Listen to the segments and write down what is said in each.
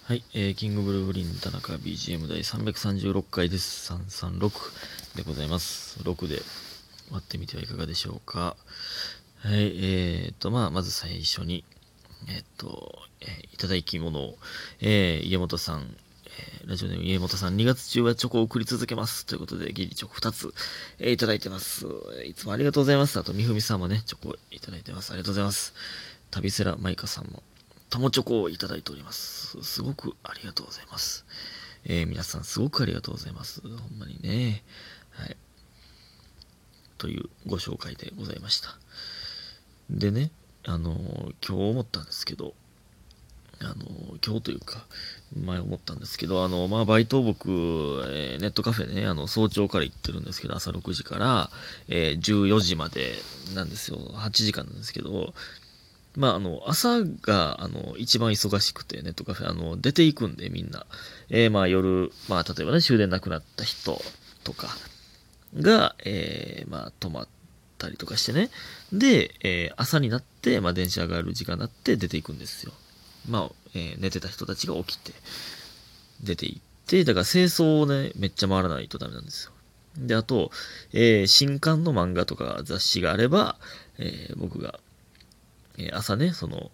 はい、キングブルーブリン田中 BGM 第336回です。336でございます。6で割ってみてはいかがでしょうか。はい、まず最初に、いただき物を、家元さん、ラジオネーム家元さん、2月中はチョコを送り続けます。ということで、ギリチョコ2つ、いただいてます。いつもありがとうございます。あと、みふみさんもね、チョコいただいてます。ありがとうございます。旅セラマイカさんも、友チョコをいただいております。すごくありがとうございます。皆さんすごくありがとうございます。ほんまにね。はい。というご紹介でございました。でね、今日思ったんですけど、今日というか、前思ったんですけど、バイト僕、ネットカフェね、早朝から行ってるんですけど、朝6時から、14時までなんですよ。8時間なんですけど、朝が、一番忙しくて、ネットカフェ、出ていくんで、みんな。夜、例えばね、終電なくなった人とかが、泊まったりとかしてね。で、朝になって、電車がある時間になって出ていくんですよ。寝てた人たちが起きて、出て行って、だから清掃をね、めっちゃ回らないとダメなんですよ。で、あと、新刊の漫画とか雑誌があれば、僕が、朝ね、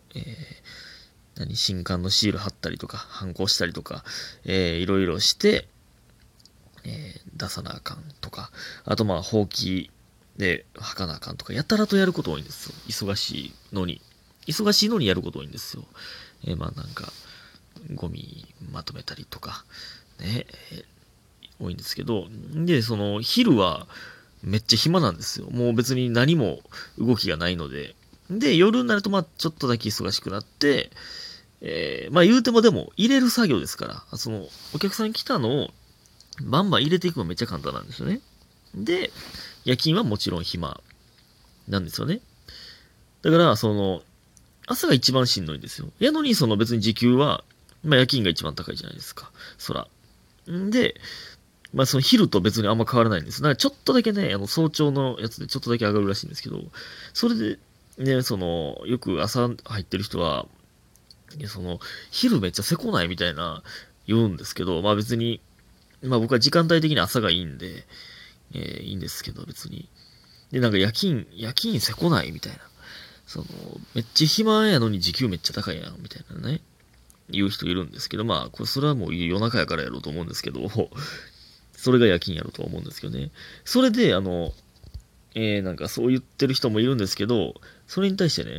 新刊のシール貼ったりとか、反抗したりとか、いろいろして、出さなあかんとか、あとほうきで吐かなあかんとか、やたらとやること多いんですよ。忙しいのにやること多いんですよ。なんか、ゴミまとめたりとか、ね、多いんですけど、で、昼はめっちゃ暇なんですよ。もう別に何も動きがないので、で、夜になるとちょっとだけ忙しくなって、言うてもでも入れる作業ですから、お客さん来たのをバンバン入れていくのめっちゃ簡単なんですよね。で、夜勤はもちろん暇なんですよね。だから、朝が一番しんどいんですよ。やのに、別に時給は、夜勤が一番高いじゃないですか。そら。んで、昼と別にあんま変わらないんです。だからちょっとだけね、早朝のやつでちょっとだけ上がるらしいんですけど、それで、ね、よく朝入ってる人は、昼めっちゃせこないみたいな言うんですけど、別に、僕は時間帯的に朝がいいんで、いいんですけど、別に。で、なんか夜勤せこないみたいな。めっちゃ暇やのに時給めっちゃ高いやん、みたいなね。言う人いるんですけど、それはもう夜中やからやろうと思うんですけど、それが夜勤やろうと思うんですけどね。それで、なんかそう言ってる人もいるんですけど、それに対してね、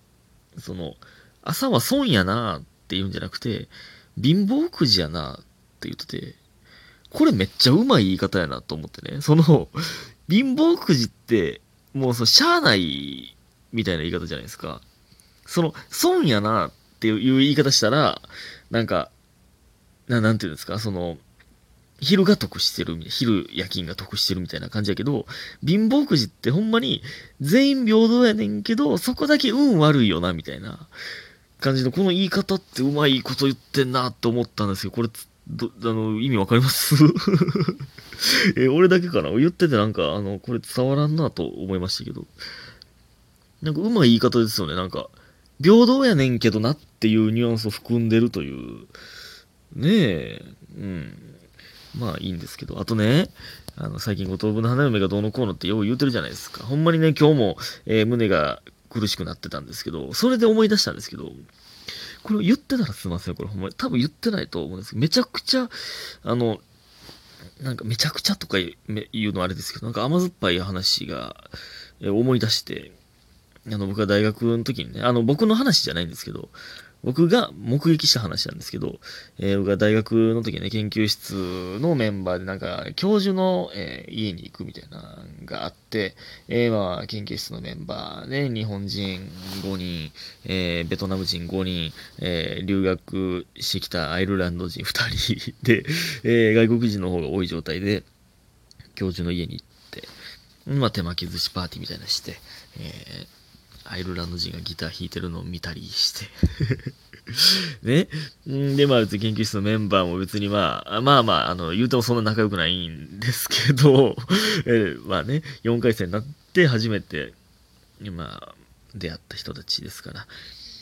朝は損やなって言うんじゃなくて、貧乏くじやなって言ってて、これめっちゃうまい言い方やなと思ってね。貧乏くじって、もうしゃあないみたいな言い方じゃないですか。損やなっていう言い方したら、なんか、なんていうんですか、昼が得してるみたいな、昼夜勤が得してるみたいな感じやけど、貧乏くじってほんまに全員平等やねんけど、そこだけ運悪いよな、みたいな感じの、この言い方ってうまいこと言ってんなって思ったんですけど、これ、意味わかります俺だけかな言っててこれ伝わらんなと思いましたけど。なんかうまい言い方ですよね。なんか、平等やねんけどなっていうニュアンスを含んでるという。ねえ。うん。いいんですけど。あとね、最近五等分の花嫁がどうのこうのってよう言うてるじゃないですか。ほんまにね、今日も、胸が苦しくなってたんですけど、それで思い出したんですけど、これを言ってたらすいません。これほんまに多分言ってないと思うんですけど、めちゃくちゃ、なんかめちゃくちゃとか言うのはあれですけど、なんか甘酸っぱい話が、思い出して、僕が大学の時にね、僕の話じゃないんですけど、僕が目撃した話なんですけど、僕が大学の時ね、研究室のメンバーでなんか、教授の、家に行くみたいなのがあって、研究室のメンバーで、日本人5人、ベトナム人5人、留学してきたアイルランド人2人で、外国人の方が多い状態で、教授の家に行って、手巻き寿司パーティーみたいなのして、アイルランド人がギター弾いてるのを見たりしてね。で、別に研究室のメンバーも別に言うてもそんな仲良くないんですけど、4回戦になって初めて、出会った人たちですから、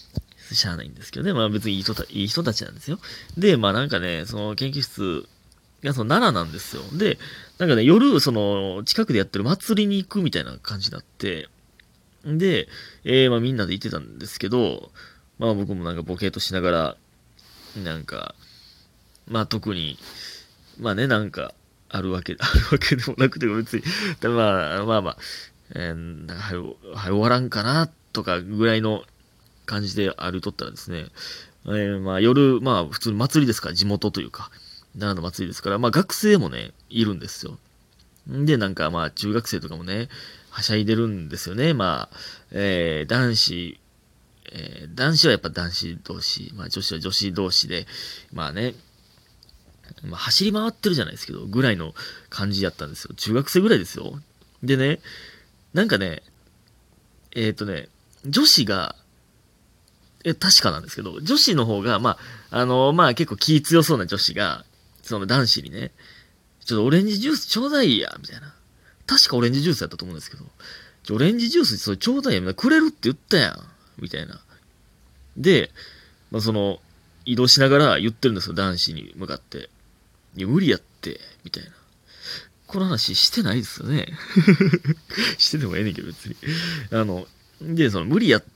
しゃあないんですけどね。まあ別にいい人たちなんですよ。で、まあなんかね、その研究室がその奈良なんですよ。で、なんかね、夜、その、近くでやってる祭りに行くみたいな感じになって、で、まあみんなで行ってたんですけど、まあ僕もなんかボケーとしながら、なんか、まあ特に、まあね、なんか、あるわけでもなくて、別に、まあ、はい、終わらんかな、とかぐらいの感じで歩いとったらですね、まあ夜、まあ普通に祭りですから、地元というか、奈良の祭りですから、まあ学生もね、いるんですよ。で、なんかまあ中学生とかもね、はしゃいでるんですよね。まあ、男子はやっぱ男子同士、まあ女子は女子同士で、まあね、まあ走り回ってるじゃないですけど、ぐらいの感じやったんですよ。中学生ぐらいですよ。でね、なんかね、女子が、確かなんですけど、女子の方が、まあ結構気強そうな女子が、その男子にね、ちょっとオレンジジュースちょうだいや、みたいな。確かオレンジジュースやったと思うんですけど、オレンジジュースそれちょうだいや、みたいな。くれるって言ったやん、みたいな。で、まあその、移動しながら言ってるんですよ、男子に向かって。いや、無理やって、みたいな。この話してないですよね。しててもええねんけど、別に。で、その、無理やって、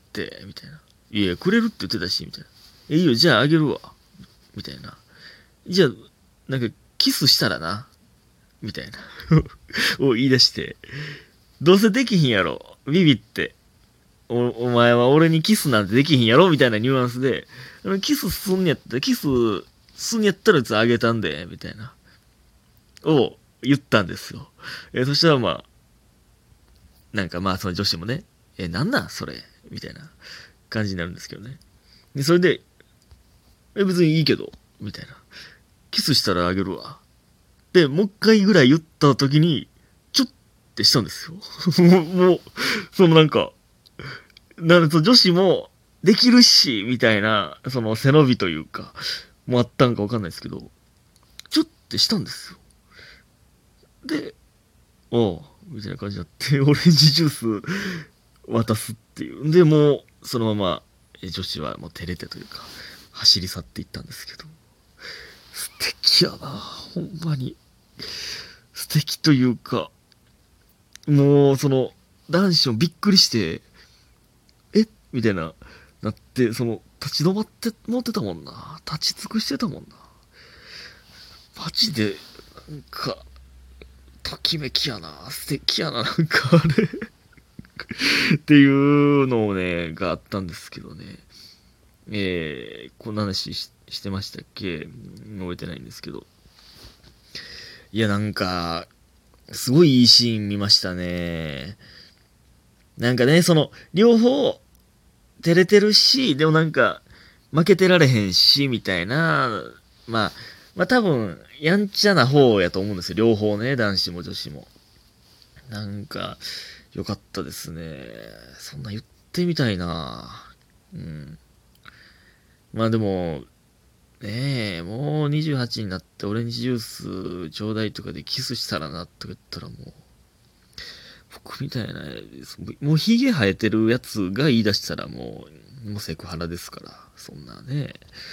みたいな。いや、くれるって言ってたし、みたいな。いいよ、じゃああげるわ。みたいな。じゃあ、なんか、キスしたらな。みたいな。を言い出して。どうせできひんやろ。ビビって。お前は俺にキスなんてできひんやろみたいなニュアンスで、キスすんやったら、キスすんやったらあげたんで、みたいな。を言ったんですよ。そしたらまあ、なんかまあその女子もね、なんなんそれみたいな感じになるんですけどね。で、それで、別にいいけど、みたいな。キスしたらあげるわ。で、もう一回ぐらい言った時に、ちょってしたんですよ。もう、そのなんか、なんか女子も、できるし、みたいな、その背伸びというか、もあったんかわかんないですけど、ちょってしたんですよ。で、おう、みたいな感じになって、オレンジジュース渡すっていう。で、もう、そのまま、女子はもう照れてというか、走り去っていったんですけど、素敵やな、ほんまに。素敵というか、もう、その、男子もびっくりして、みたいな、なって、その、立ち止まって持ってたもんな。立ち尽くしてたもんな。マジで、なんか、ときめきやな。素敵やな、なんかあれっていうのをね、があったんですけどね。こんな話してましたっけ覚えてないんですけど。いや、なんか、すごいいいシーン見ましたね。なんかね、その、両方、照れてるし、でもなんか、負けてられへんし、みたいな、まあ多分、やんちゃな方やと思うんですよ。両方ね、男子も女子も。なんか、よかったですね。そんな言ってみたいな。うん。まあでも、ねえ、もう28になってオレンジジュースちょうだいとかでキスしたらなとか言ったらもう、僕みたいな、もうヒゲ生えてるやつが言い出したらもうセクハラですから、そんなね。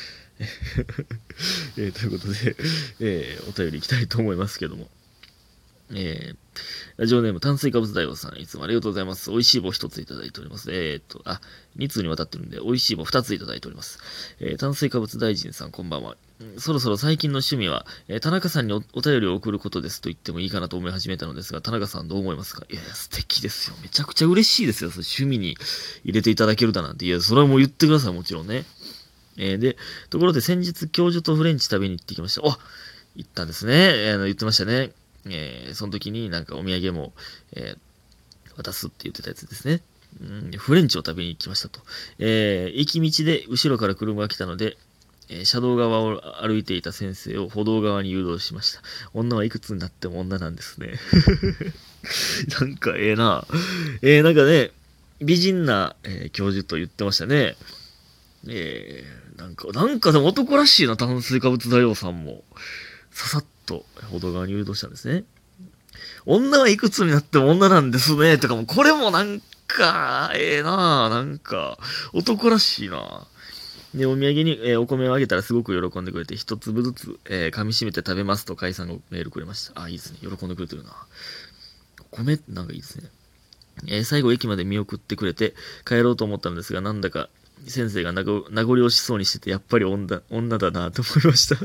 ということで、お便りいきたいと思いますけども。ラジオネーム炭水化物大王さん、いつもありがとうございます。美味しい棒一ついただいております。2通にわたってるんで、美味しい棒二ついただいております。炭水化物大臣さん、こんばんは。そろそろ最近の趣味は、田中さんにお便りを送ることですと言ってもいいかなと思い始めたのですが、田中さんどう思いますか？いや、素敵ですよ。めちゃくちゃ嬉しいですよ。趣味に入れていただけるだなんて。いや、それはもう言ってください、もちろんね。で、ところで先日、教授とフレンチ食べに行ってきました。行ったんですね。言ってましたね。その時になんかお土産も、渡すって言ってたやつですね。フレンチを食べに行きましたと。行き道で後ろから車が来たので、車道側を歩いていた先生を歩道側に誘導しました。女はいくつになっても女なんですね。なんかええな。なんかね、美人な、教授と言ってましたね。なんかでも男らしいな、炭水化物大王さんも。ささっと歩道側に誘導したんですね。女はいくつになっても女なんですね。とかも、これもなんか、ええななんか、男らしいなで、お土産に、お米をあげたらすごく喜んでくれて、一粒ずつ、噛み締めて食べますと解散のメールくれました。あ、いいですね。喜んでくれてるな。お米、なんかいいですね。最後駅まで見送ってくれて帰ろうと思ったのですが、なんだか先生が名残惜しそうにしてて、やっぱり女だなと思いました。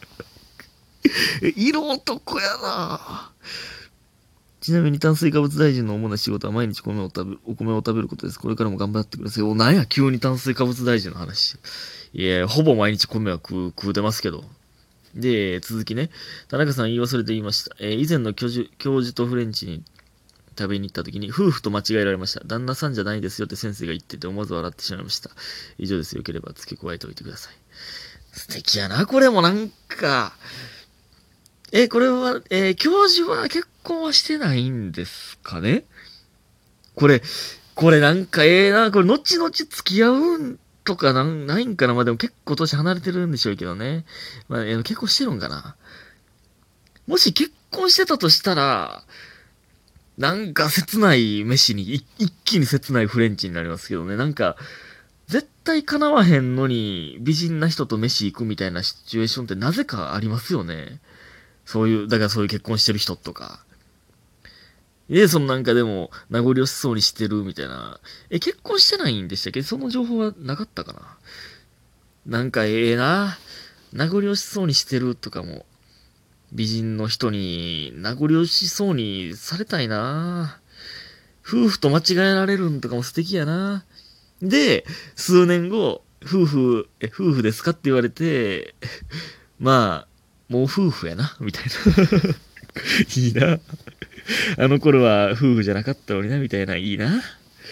色男やな。ちなみに炭水化物大臣の主な仕事は毎日お米を食べることです。これからも頑張ってください。なんや、急に炭水化物大臣の話。いや、ほぼ毎日米は食うてますけど。で、続きね。田中さん言い忘れて言いました。以前の教授とフレンチに食べに行った時に夫婦と間違えられました。旦那さんじゃないですよって先生が言ってて思わず笑ってしまいました。以上です。よければ付け加えておいてください。素敵やな、これもなんか。これは、教授は結婚はしてないんですかね。これなんかな、これ後々付き合うんとかないんかな。まあでも結構年離れてるんでしょうけどね。まあ、結婚してるんかな。もし結婚してたとしたら、なんか切ない飯に、一気に切ないフレンチになりますけどね。なんか、絶対叶わへんのに美人な人と飯行くみたいなシチュエーションってなぜかありますよね。だからそういう結婚してる人とか。そのなんかでも、名残惜しそうにしてるみたいな。結婚してないんでしたっけ？その情報はなかったかな。なんかな。名残惜しそうにしてるとかも、美人の人に名残惜しそうにされたいな。夫婦と間違えられるんとかも素敵やな。で、数年後、夫婦ですかって言われて、まあ、もう夫婦やな、みたいな。いいな。あの頃は夫婦じゃなかったのにな、みたいな、いいな。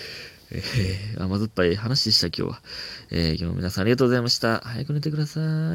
甘酸っぱい話でした、今日は。今日も皆さんありがとうございました。早く寝てください。